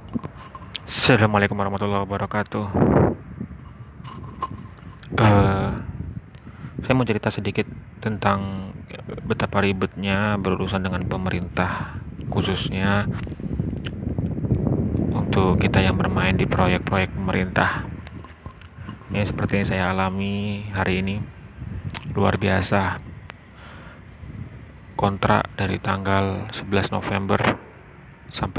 Assalamualaikum warahmatullahi wabarakatuh. Eh, saya mau cerita sedikit tentang betapa ribetnya berurusan dengan pemerintah, khususnya untuk kita yang bermain di proyek-proyek pemerintah. Ini seperti yang saya alami hari ini, luar biasa. Kontrak dari tanggal 11 November sampai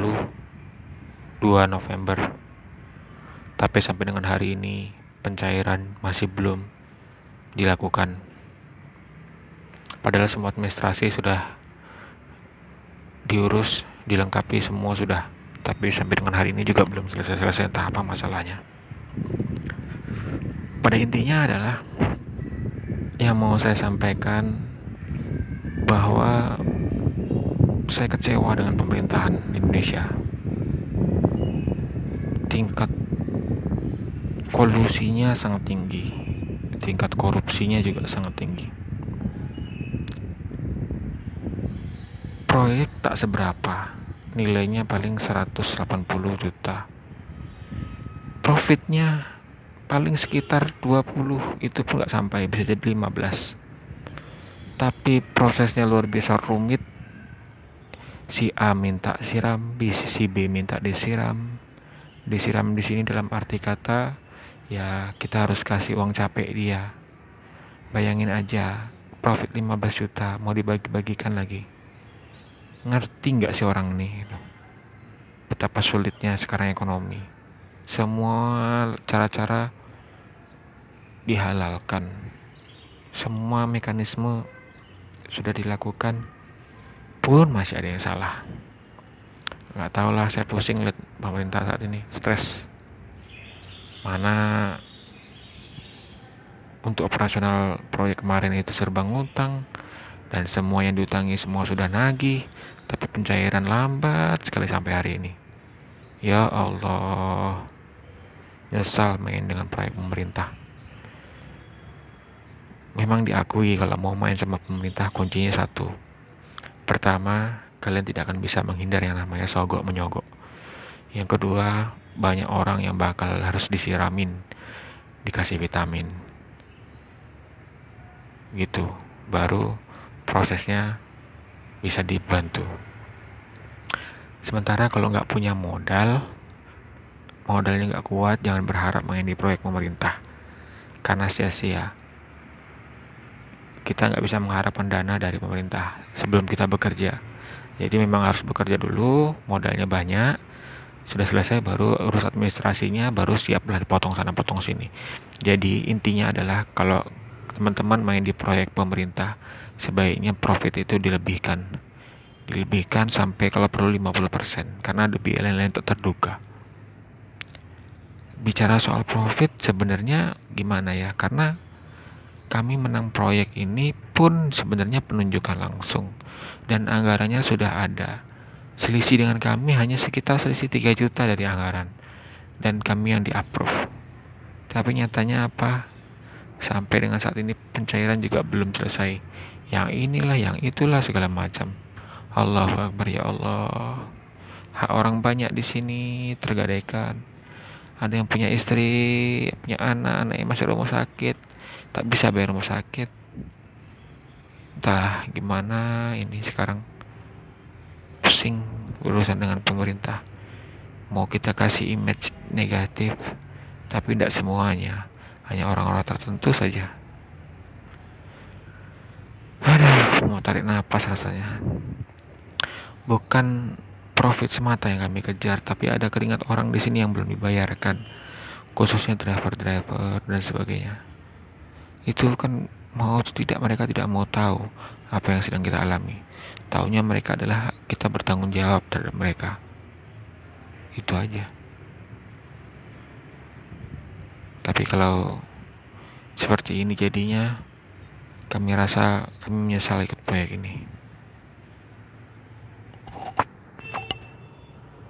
22 November. Tapi sampai dengan hari ini pencairan masih belum dilakukan. Padahal semua administrasi sudah diurus, dilengkapi, semua sudah. Tapi sampai dengan hari ini juga belum selesai-selesai, entah apa masalahnya. Pada intinya adalah yang mau saya sampaikan bahwa saya kecewa dengan pemerintahan Indonesia. Tingkat kolusinya sangat tinggi, tingkat korupsinya juga sangat tinggi. Proyek tak seberapa, nilainya paling 180 juta. Profitnya paling sekitar 20, itu pun gak sampai, bisa jadi 15. Tapi prosesnya luar biasa rumit. Si A minta siram, si B minta disiram. Disiram di sini dalam arti kata, ya kita harus kasih uang capek dia. Bayangin aja, profit 15 juta mau dibagi-bagikan lagi. Ngerti gak sih orang ini? Betapa sulitnya sekarang ekonomi. Semua cara-cara dihalalkan. Semua mekanisme sudah dilakukan, pun masih ada yang salah. Gak tau lah, saya pusing lihat pemerintah saat ini, stres. Mana untuk operasional proyek kemarin itu serba ngutang, dan semua yang diutangi semua sudah nagih, tapi pencairan lambat sekali sampai hari ini. Ya Allah, nyesal main dengan proyek pemerintah. Memang diakui kalau mau main sama pemerintah kuncinya satu. Pertama, kalian tidak akan bisa menghindar yang namanya sogok menyogok. Yang kedua, banyak orang yang bakal harus disiramin, dikasih vitamin. Gitu, baru prosesnya bisa dibantu. Sementara kalau nggak punya modalnya nggak kuat, jangan berharap main di proyek pemerintah. Karena sia-sia. Kita nggak bisa mengharapkan dana dari pemerintah sebelum kita bekerja. Jadi memang harus bekerja dulu, modalnya banyak. Sudah selesai baru urus administrasinya, baru siaplah dipotong sana potong sini. Jadi intinya adalah kalau teman-teman main di proyek pemerintah, sebaiknya profit itu dilebihkan sampai kalau perlu 50%, karena ada biaya lain-lain tak terduga. Bicara soal profit sebenarnya gimana ya, karena kami menang proyek ini pun sebenarnya penunjukan langsung dan anggarannya sudah ada. Selisih dengan kami hanya sekitar selisih 3 juta dari anggaran, dan kami yang di-approve. Tapi nyatanya apa? Sampai dengan saat ini pencairan juga belum selesai. Yang inilah, yang itulah segala macam. Allahu Akbar, ya Allah. Hak orang banyak di sini tergadaikan. Ada yang punya istri, punya anak yang masuk rumah sakit, tak bisa bayar rumah sakit. Entah gimana ini sekarang, pusing urusan dengan pemerintah. Mau kita kasih image negatif, tapi tidak semuanya, hanya orang-orang tertentu saja. Aduh, mau tarik napas rasanya. Bukan profit semata yang kami kejar, tapi ada keringat orang di sini yang belum dibayarkan, khususnya driver-driver dan sebagainya. Itu kan mau tidak, mereka tidak mau tahu apa yang sedang kita alami. Taunya mereka adalah kita bertanggung jawab terhadap mereka. Itu aja. Tapi kalau seperti ini jadinya, kami rasa kami menyesal ikut proyek ini.